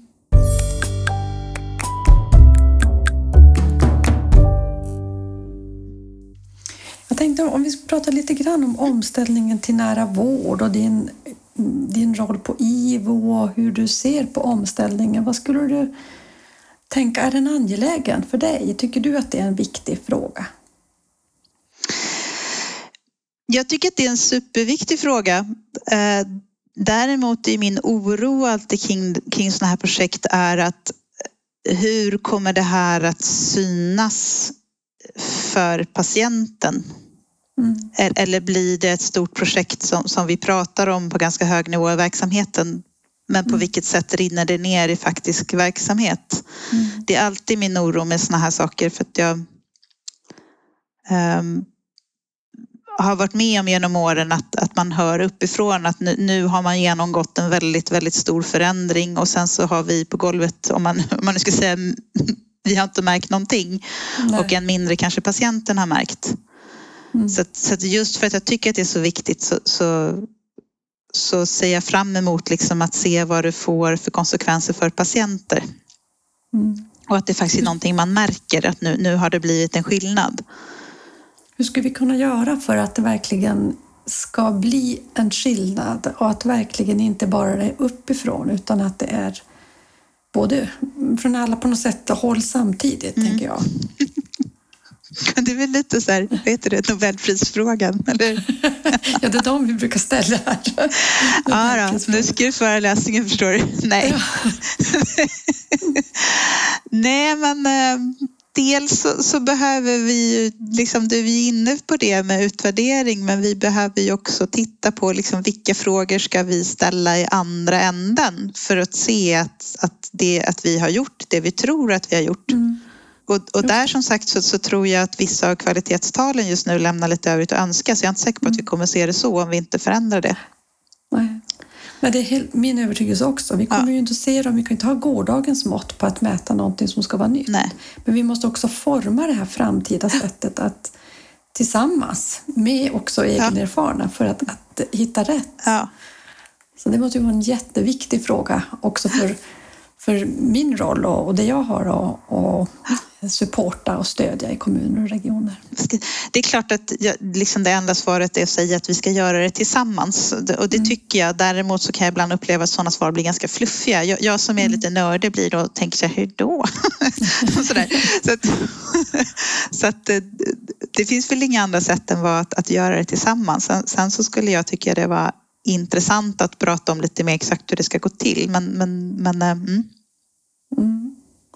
Jag tänkte om vi ska prata lite grann om omställningen till nära vård och din, din roll på I V O och hur du ser på omställningen. Vad skulle du tänka, är den angelägen för dig? Tycker du att det är en viktig fråga? Jag tycker att det är en superviktig fråga. Däremot är min oro alltid kring, kring sådana här projekt är att hur kommer det här att synas för patienten? Mm. Eller blir det ett stort projekt som, som vi pratar om på ganska hög nivå i verksamheten, men på mm. vilket sätt rinner det ner i faktisk verksamhet? Mm. Det är alltid min oro med såna här saker, för att jag um, har varit med om genom åren att, att man hör uppifrån att nu, nu har man genomgått en väldigt, väldigt stor förändring, och sen så har vi på golvet, om man, om man nu ska säga, vi har inte märkt någonting. Nej. Och än mindre kanske patienten har märkt. Mm. Så, att, så att just för att jag tycker att det är så viktigt så, så, så ser jag fram emot liksom att se vad det får för konsekvenser för patienter. Mm. Och att det faktiskt är någonting man märker, att nu, nu har det blivit en skillnad. Hur ska vi kunna göra för att det verkligen ska bli en skillnad och att verkligen inte bara är uppifrån utan att det är både från alla på något sätt håll samtidigt, mm. tänker jag. Det är väl lite så här, vad heter det, Nobelprisfrågan, eller? Ja, det är de vi brukar ställa här. Ja då, nu ska du föreläsningen, förstår du. Nej. Ja. Nej, men dels så, så behöver vi ju, liksom, du är inne på det med utvärdering, men vi behöver ju också titta på liksom, vilka frågor ska vi ställa i andra änden för att se att, att, det, att vi har gjort det vi tror att vi har gjort. Mm. Och, och där som sagt så, så tror jag att vissa av kvalitetstalen just nu lämnar lite övrigt att önska, så jag är inte säker på att vi kommer se det så om vi inte förändrar det. Nej. Men det är helt, min övertygelse också. Vi kommer ja. ju inte se dem, vi kan inte ha gårdagens mått på att mäta någonting som ska vara nytt. Nej. Men vi måste också forma det här framtida sättet att tillsammans med också egenerfarna för att, att hitta rätt. Ja. Så det måste ju vara en jätteviktig fråga också för, för min roll och, och det jag har och, och supporta och stödja i kommuner och regioner. Det är klart att jag, liksom det enda svaret är att säga att vi ska göra det tillsammans. Och det mm. tycker jag. Däremot så kan jag ibland uppleva att sådana svar blir ganska fluffiga. Jag, jag som är mm. lite nördig blir då och tänker så här, hur då? Sådär. Så att, så att det, det finns väl inga andra sätt än att, att göra det tillsammans. Sen, sen så skulle jag tycka det var intressant att prata om lite mer exakt hur det ska gå till. Men, men, men mm. Mm.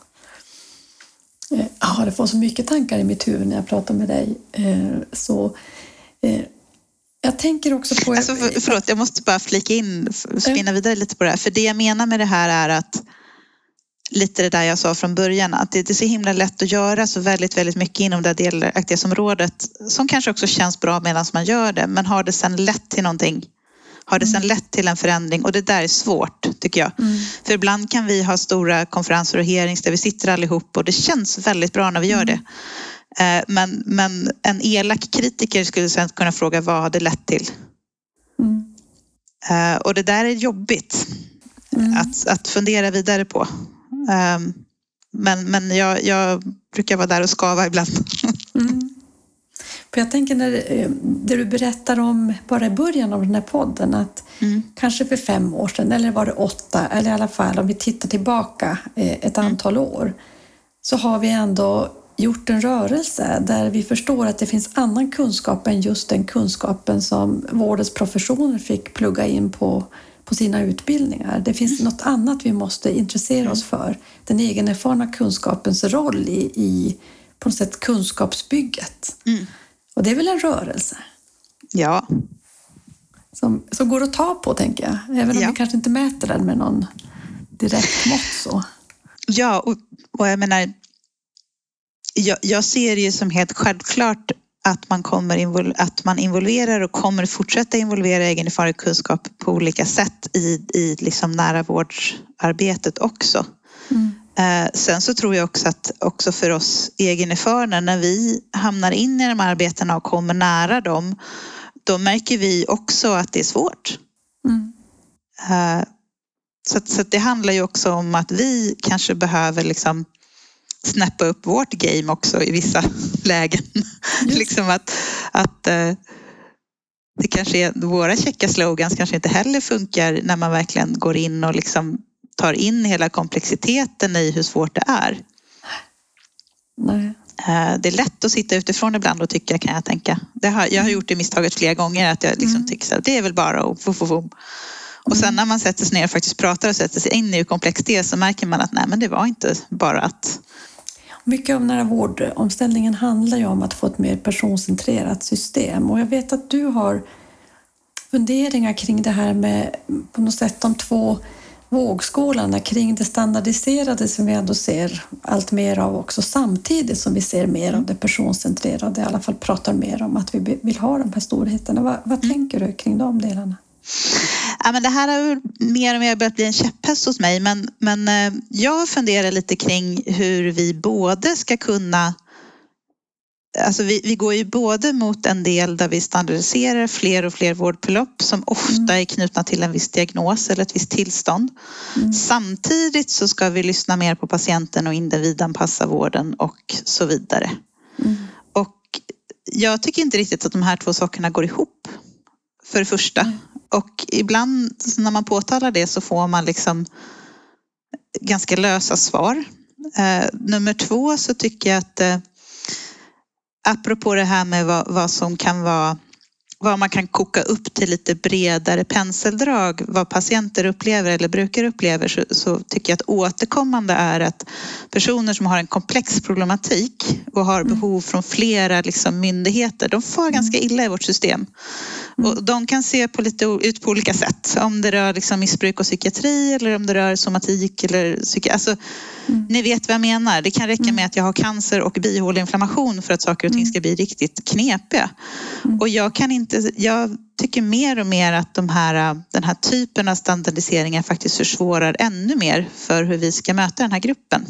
Ja, det får så mycket tankar i mitt huvud när jag pratar med dig. Så jag tänker också på... Alltså, för, förlåt, jag måste bara flika in, spinna vidare lite på det här. För det jag menar med det här är att lite det där jag sa från början, att det är så himla lätt att göra så väldigt, väldigt mycket inom det delaktighetsområdet som kanske också känns bra medan man gör det, men har det sedan lett till någonting? Har det sedan mm. lett till en förändring? Och det där är svårt, tycker jag. Mm. För ibland kan vi ha stora konferenser och hearings där vi sitter allihop och det känns väldigt bra när vi gör det. Mm. Men, men en elak kritiker skulle sedan kunna fråga vad har det lett till? Mm. Och det där är jobbigt mm. att, att fundera vidare på. Men, men jag, jag brukar vara där och skava ibland. Mm. För jag tänker när det du berättar om bara i början av den här podden att mm. kanske för fem år sedan eller var det åtta eller i alla fall om vi tittar tillbaka ett antal mm. år så har vi ändå gjort en rörelse där vi förstår att det finns annan kunskap än just den kunskapen som vårdens professioner fick plugga in på, på sina utbildningar. Det finns mm. något annat vi måste intressera mm. oss för. Den egenerfarna kunskapens roll i, i på något sätt kunskapsbygget. Mm. Och det är väl en rörelse? Ja. Som, som går att ta på, tänker jag. Även om ja. vi kanske inte mäter den med någon direkt mått så. Ja, och, och jag menar, jag, jag ser det ju som helt självklart att man, kommer invol- att man involverar och kommer fortsätta involvera egenerfaren kunskap på olika sätt i, i liksom nära vårdarbetet också. Mm. Eh, sen så tror jag också att också för oss egenerfarna, när vi hamnar in i de här arbetena och kommer nära dem, då märker vi också att det är svårt. Mm. Eh, så, att, så att det handlar ju också om att vi kanske behöver liksom snäppa upp vårt game också i vissa lägen. liksom att, att eh, det kanske är, våra checka slogans kanske inte heller funkar när man verkligen går in och liksom tar in hela komplexiteten i hur svårt det är. Nej. Eh, det är lätt att sitta utifrån ibland och tycka, kan jag tänka. Det har, jag har gjort det misstaget flera gånger att jag liksom Mm. tycker så här, det är väl bara att få, få, få. Och sen när man sätter sig ner och faktiskt pratar och sätter sig in i hur komplext det är, så märker man att nej, men det var inte bara att... Mycket av den här vårdomställningen handlar ju om att få ett mer personcentrerat system. Och jag vet att du har funderingar kring det här med på något sätt de två vågskålarna kring det standardiserade som vi ändå ser allt mer av också, samtidigt som vi ser mer av det personcentrerade, i alla fall pratar mer om att vi vill ha de här storheterna. Vad, vad mm. tänker du kring de delarna? Ja, men det här har mer och mer börjat bli en käpphäst hos mig, men, men jag funderar lite kring hur vi både ska kunna, alltså vi, vi går ju både mot en del där vi standardiserar fler och fler vårdförlopp som ofta mm. är knutna till en viss diagnos eller ett visst tillstånd. Mm. Samtidigt så ska vi lyssna mer på patienten och individanpassa vården och så vidare. Mm. Och jag tycker inte riktigt att de här två sakerna går ihop, för det första. Mm. Och ibland när man påtalar det så får man liksom ganska lösa svar. Eh, nummer två så tycker jag att eh, apropå det här med vad, vad som kan vara, vad man kan koka upp till lite bredare penseldrag, vad patienter upplever eller brukar upplever, så, så tycker jag att återkommande är att personer som har en komplex problematik och har mm. behov från flera liksom, myndigheter, de får mm. ganska illa i vårt system. Mm. Och de kan se på lite, ut på olika sätt. Om det rör liksom missbruk och psykiatri eller om det rör somatik eller psyki... Alltså, mm. ni vet vad jag menar. Det kan räcka mm. med att jag har cancer och bihåleinflammation för att saker och ting ska bli riktigt knepiga. Mm. Och jag kan inte... Jag tycker mer och mer att de här, den här typen av standardiseringar faktiskt försvårar ännu mer för hur vi ska möta den här gruppen.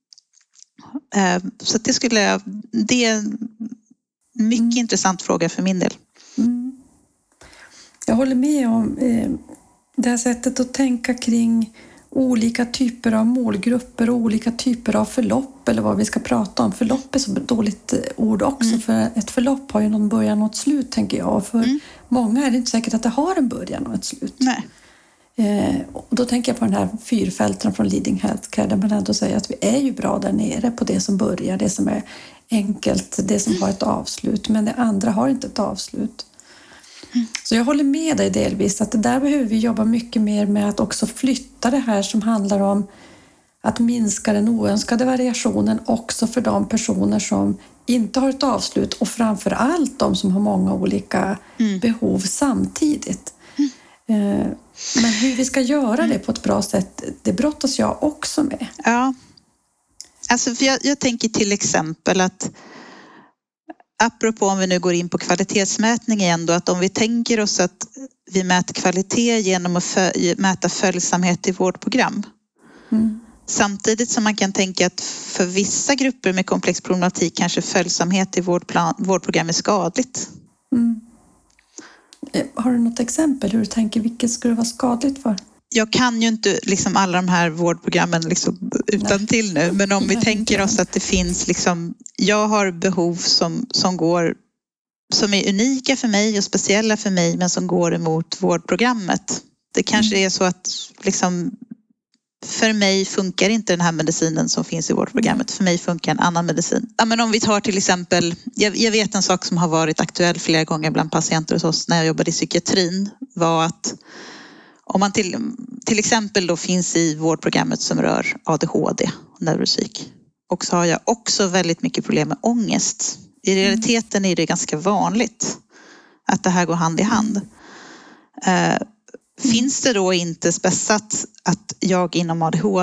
Så det skulle jag... Det är en mycket mm. intressant fråga för min del. Mm. Jag håller med om eh, det här sättet att tänka kring olika typer av målgrupper och olika typer av förlopp, eller vad vi ska prata om. Förlopp är så dåligt ord också, mm. för ett förlopp har ju någon början och ett slut, tänker jag. För mm. många är det inte säkert att det har en början och ett slut. Nej. Eh, och då tänker jag på den här fyrfälten från Leading Healthcare, där man ändå säger att vi är ju bra där nere på det som börjar, det som är enkelt, det som har ett avslut, men det andra har inte ett avslut. Mm. Så jag håller med dig delvis att det där behöver vi jobba mycket mer med, att också flytta det här som handlar om att minska den oönskade variationen också för de personer som inte har ett avslut, och framför allt de som har många olika mm. behov samtidigt. Mm. Men hur vi ska göra det på ett bra sätt, det brottas jag också med. Ja, alltså för jag, jag tänker till exempel att apropå om vi nu går in på kvalitetsmätning igen då, att om vi tänker oss att vi mäter kvalitet genom att fö- mäta följsamhet i vårdprogram. Mm. Samtidigt som man kan tänka att för vissa grupper med komplex problematik kanske följsamhet i vårdplan- vårdprogram är skadligt. Mm. Har du något exempel hur du tänker, vilket skulle vara skadligt för? Jag kan ju inte liksom alla de här vårdprogrammen liksom utan till nu, men om vi Nej, tänker oss att det finns liksom, jag har behov som, som går, som är unika för mig och speciella för mig, men som går emot vårdprogrammet. Det kanske mm. är så att liksom, för mig funkar inte den här medicinen som finns i vårdprogrammet. Mm. För mig funkar en annan medicin. Ja, men om vi tar till exempel, jag, jag vet en sak som har varit aktuell flera gånger bland patienter hos oss när jag jobbade i psykiatrin, var att om man till, till exempel då finns i vårdprogrammet som rör A D H D, neuropsyk, och så har jag också väldigt mycket problem med ångest. I realiteten är det ganska vanligt att det här går hand i hand. Eh, finns det då inte spessat att jag inom A D H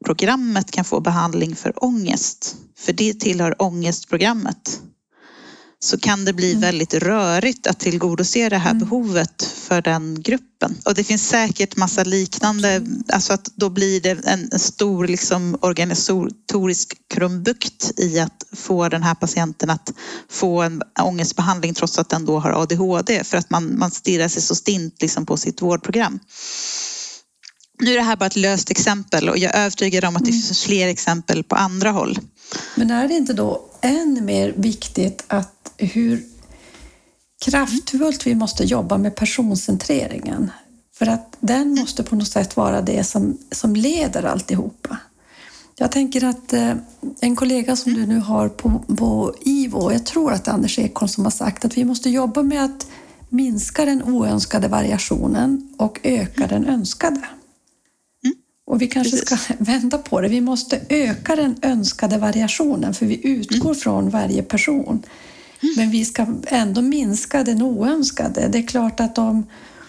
D-programmet kan få behandling för ångest? För det tillhör ångestprogrammet. så kan det bli väldigt rörigt att tillgodose det här mm. behovet för den gruppen. Och det finns säkert massa liknande, alltså att då blir det en stor liksom organisatorisk krumbukt i att få den här patienten att få en ångestbehandling trots att den då har A D H D, för att man, man stirrar sig så stint liksom på sitt vårdprogram. Nu är det här bara ett löst exempel och jag är övertygad om att det finns fler exempel på andra håll. Men är det inte då än mer viktigt att hur kraftfullt vi måste jobba med personcentreringen? För att den måste på något sätt vara det som, som leder alltihopa. Jag tänker att eh, en kollega som du nu har på, på I V O, jag tror att Anders Ekholm som har sagt att vi måste jobba med att minska den oönskade variationen och öka den önskade. Och vi kanske ska vända på det. Vi måste öka den önskade variationen för vi utgår mm. från varje person. Mm. Men vi ska ändå minska den oönskade. Det är klart att om,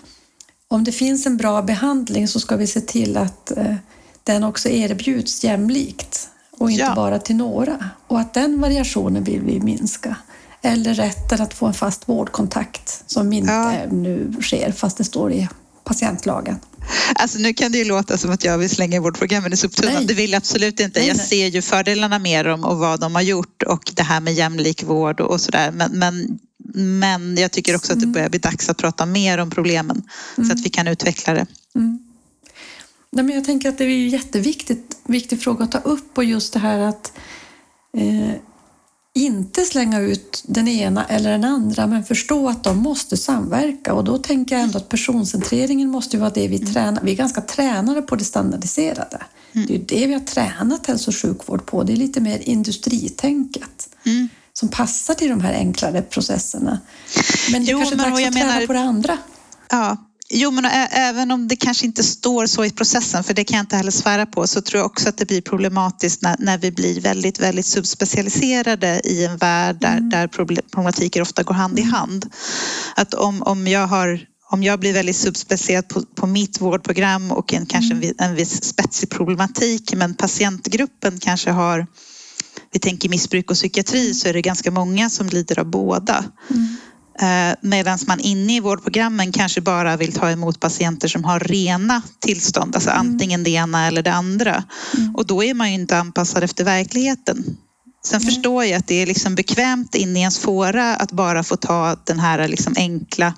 om det finns en bra behandling så ska vi se till att eh, den också erbjuds jämlikt. Och inte ja. bara till några. Och att den variationen vill vi minska. Eller rätten att få en fast vårdkontakt som inte ja. nu sker fast det står i patientlagen. Alltså nu kan det ju låta som att jag vill slänga vårdprogrammen i soptunnan. Det vill jag absolut inte. Nej, jag nej. ser ju fördelarna med dem och vad de har gjort och det här med jämlik vård och sådär. Men, men, men jag tycker också att det börjar bli dags att prata mer om problemen mm. så att vi kan utveckla det. Mm. Nej, men jag tänker att det är ju jätteviktigt viktig fråga att ta upp och just det här att eh, inte slänga ut den ena eller den andra men förstå att de måste samverka och då tänker jag ändå att personcentreringen måste vara det vi tränar. Vi är ganska tränade på det standardiserade. Mm. Det är ju det vi har tränat hälso- och sjukvård på. Det är lite mer industritänket mm. som passar till de här enklare processerna. Men det jo, kanske är dags att träna menar... på det andra. Ja. Jo, men ä- även om det kanske inte står så i processen, för det kan jag inte heller svära på, så tror jag också att det blir problematiskt när, när vi blir väldigt, väldigt subspecialiserade i en värld där, mm. där problematiker ofta går hand i hand. Att om, om, jag, har, om jag blir väldigt subspecialiserad på, på mitt vårdprogram och en, kanske mm. en, en viss spetsig problematik, men patientgruppen kanske har, vi tänker missbruk och psykiatri, så är det ganska många som lider av båda. Mm. Medan man inne i vårdprogrammen kanske bara vill ta emot patienter som har rena tillstånd, alltså mm. antingen det ena eller det andra. Mm. Och då är man ju inte anpassad efter verkligheten. Sen mm. förstår jag att det är liksom bekvämt in i ens fåra att bara få ta den här liksom enkla,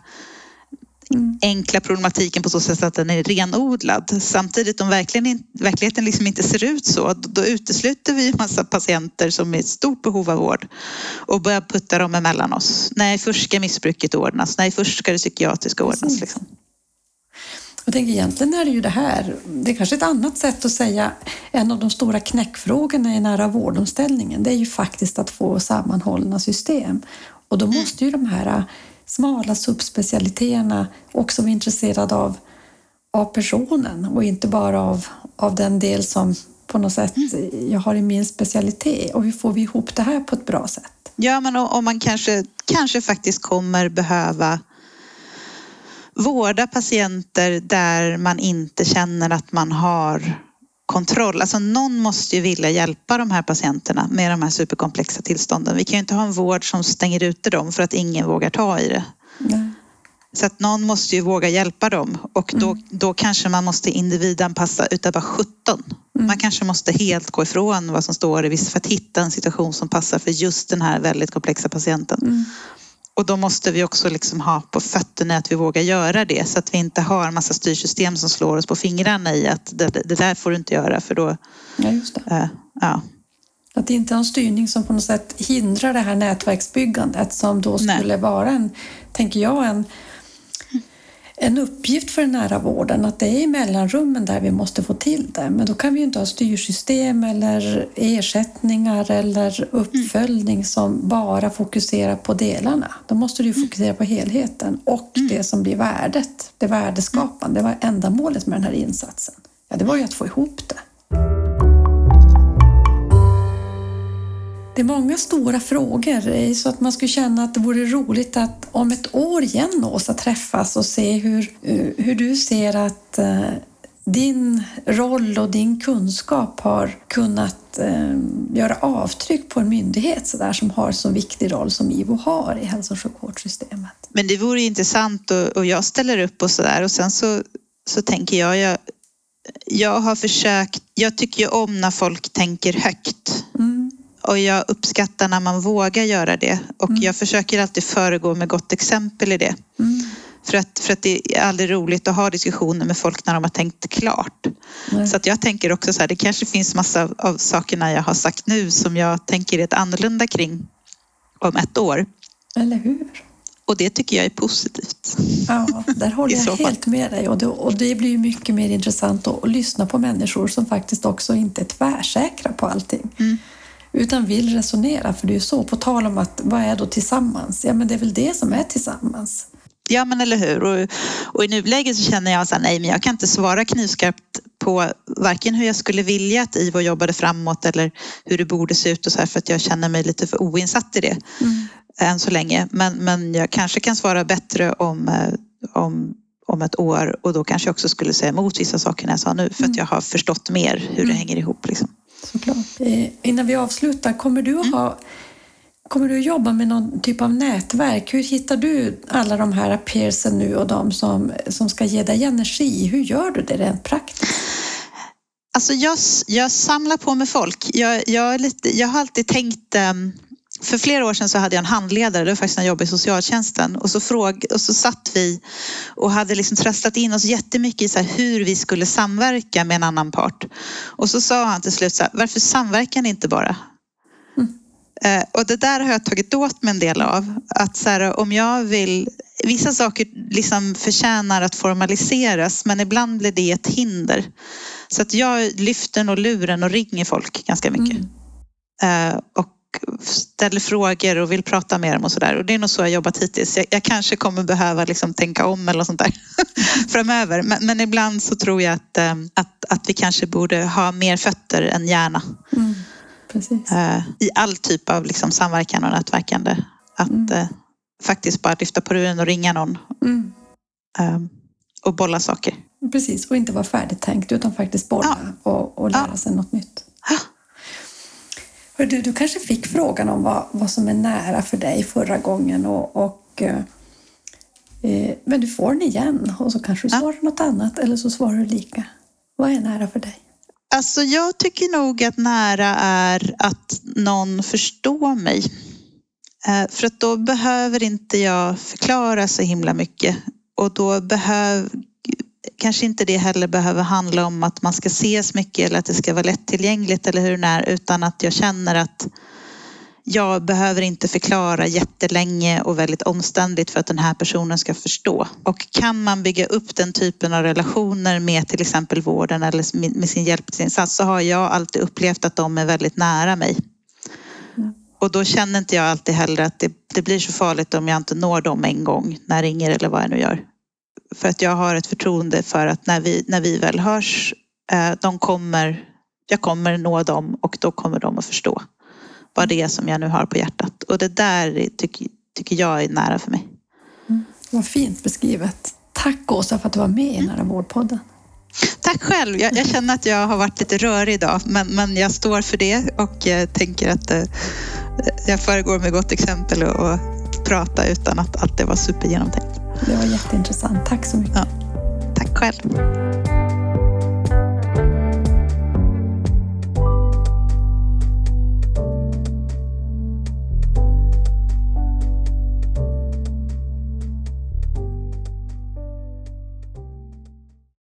mm. enkla problematiken på så sätt att den är renodlad. Samtidigt om verkligen, verkligheten liksom inte ser ut så, då utesluter vi en massa patienter som är i stort behov av vård och börjar putta dem emellan oss. Nej, först ska missbruket ordnas. Nej, först ska det psykiatriska ordnas. Liksom. Jag tänker egentligen är det ju det här, det är kanske ett annat sätt att säga, en av de stora knäckfrågorna i nära vårdomställningen, det är ju faktiskt att få sammanhållna system. Och då måste ju de här smala subspecialiteterna också vara intresserade av, av personen och inte bara av, av den del som på något sätt jag har i min specialitet. Och hur får vi ihop det här på ett bra sätt? Ja, men om man kanske, kanske faktiskt kommer behöva vårda patienter där man inte känner att man har kontroll. Alltså någon måste ju vilja hjälpa de här patienterna med de här superkomplexa tillstånden. Vi kan ju inte ha en vård som stänger ute dem för att ingen vågar ta i det. Nej. Så att någon måste ju våga hjälpa dem och då, mm. då kanske man måste individanpassa utav bara sjutton. Mm. Man kanske måste helt gå ifrån vad som står i vissa för att hitta en situation som passar för just den här väldigt komplexa patienten. Mm. Och då måste vi också liksom ha på fötterna att vi vågar göra det så att vi inte har en massa styrsystem som slår oss på fingrarna i att det, det där får du inte göra för då... Ja, just det. Äh, ja. Att det inte är en styrning som på något sätt hindrar det här nätverksbyggandet som då skulle Nej. vara en, tänker jag, en, en uppgift för den nära vården. Att det är i mellanrummen där vi måste få till det. Men då kan vi ju inte ha styrsystem eller ersättningar eller uppföljning mm. som bara fokuserar på delarna. Då måste du ju fokusera på helheten och mm. det som blir värdet, det värdeskapande. Det var ändamålet med den här insatsen. Ja, det var ju att få ihop det. Det är många stora frågor, så att man skulle känna att det vore roligt att om ett år igen Åsa träffas och se hur, hur du ser att din roll och din kunskap har kunnat eh, göra avtryck på en myndighet så där, som har så viktig roll som I V O har i hälso- och sjukvårdssystemet. Men det vore intressant och, och jag ställer upp och sådär och sen så, så tänker jag, jag jag har försökt, jag tycker ju om när folk tänker högt Mm. och jag uppskattar när man vågar göra det och Mm. jag försöker alltid föregå med gott exempel i det. Mm. För att, för att det är aldrig roligt att ha diskussioner med folk när de har tänkt klart. Nej. Så att jag tänker också så här, det kanske finns massa av, av sakerna jag har sagt nu som jag tänker rätt annorlunda kring om ett år. Eller hur? Och det tycker jag är positivt. Ja, där håller I så jag fall. helt med dig. Och det, och det blir ju mycket mer intressant att, att lyssna på människor som faktiskt också inte är tvärsäkra på allting. Mm. Utan vill resonera. För det är ju så, på tal om att vad är då tillsammans? Ja, men det är väl det som är tillsammans. Ja, men eller hur. Och, och i nuläget så känner jag så här, nej, men jag kan inte svara knivskarpt på varken hur jag skulle vilja att I V O jobbade framåt eller hur det borde se ut och så här, för att jag känner mig lite för oinsatt i det Mm. än så länge. Men, men jag kanske kan svara bättre om, eh, om, om ett år och då kanske jag också skulle säga emot vissa saker när jag sa nu för att jag har förstått mer hur det Mm. hänger ihop. Liksom. Såklart. Eh, innan vi avslutar, kommer du att ha... Kommer du att jobba med någon typ av nätverk? Hur hittar du alla de här peersen nu och de som, som ska ge dig energi? Hur gör du det rent praktiskt? Alltså jag, jag samlar på med folk. Jag, jag, är lite, jag har alltid tänkt... Um, för flera år sedan så hade jag en handledare, det var faktiskt när jag jobbade i socialtjänsten. Och så, fråg, och så satt vi och hade liksom trasslat in oss jättemycket i så här hur vi skulle samverka med en annan part. Och så sa han till slut så här, varför samverkar ni inte bara? Mm. Eh, och det där har jag tagit åt mig en del av. Att så här, om jag vill... Vissa saker liksom förtjänar att formaliseras men ibland blir det ett hinder. Så att jag lyfter nog luren och ringer folk ganska mycket. Mm. Eh, och ställer frågor och vill prata med dem och sådär. Och det är nog så jag jobbat hittills. Jag, jag kanske kommer behöva liksom tänka om eller sånt där framöver. Men, men ibland så tror jag att, eh, att, att vi kanske borde ha mer fötter än hjärna. Mm. Precis. Eh, I all typ av liksom samverkan och nätverkande. Att Mm. eh, faktiskt bara lyfta på luren och ringa någon. Mm. Eh, och bolla saker. Precis, och inte vara färdigtänkt utan faktiskt bolla Ja. och, och lära Ja. sig något nytt. Ja. Hör du, du kanske fick frågan om vad, vad som är nära för dig förra gången och, och eh, men du får den igen och så kanske du Ja. svarar något annat eller så svarar du lika. Vad är nära för dig? Alltså jag tycker nog att nära är att någon förstår mig. Eh, för att då behöver inte jag förklara så himla mycket. Och då behöver kanske inte det heller behöver handla om att man ska ses mycket eller att det ska vara lättillgängligt eller hur det är. Utan att jag känner att jag behöver inte förklara jättelänge och väldigt omständigt för att den här personen ska förstå. Och kan man bygga upp den typen av relationer med till exempel vården eller med sin hjälpinsats så har jag alltid upplevt att de är väldigt nära mig. Mm. Och då känner inte jag alltid heller att det, det blir så farligt om jag inte når dem en gång när jag ringer eller vad jag nu gör. För att jag har ett förtroende för att när vi, när vi väl hörs, eh, de kommer, jag kommer nå dem och då kommer de att förstå vad det är som jag nu har på hjärtat. Och det där tycker, tycker jag är nära för mig. Mm. Vad fint beskrivet. Tack Åsa för att du var med i Nära vårdpodden. Tack själv. Jag, jag känner att jag har varit lite rörig idag. Men, men jag står för det och eh, tänker att eh, jag föregår med gott exempel och, och prata utan att allt det var supergenomtänkt. Det var jätteintressant. Tack så mycket. Ja. Tack själv.